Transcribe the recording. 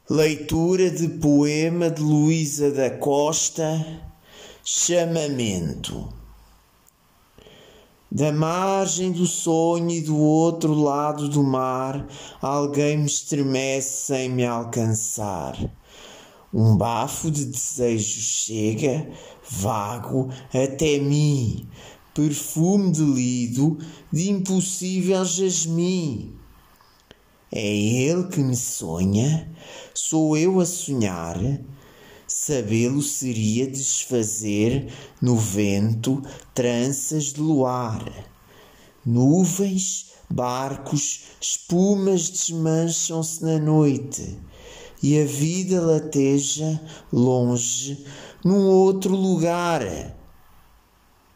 Leitura de poema de Luísa da Costa, Chamamento. Da margem do sonho e do outro lado do mar, alguém me estremece sem me alcançar. Um bafo de desejo chega, vago, até mim, perfume de lido, de impossível jasmim. É ele que me sonha, sou eu a sonhar. Sabê-lo seria desfazer no vento tranças de luar. Nuvens, barcos, espumas desmancham-se na noite e a vida lateja longe num outro lugar.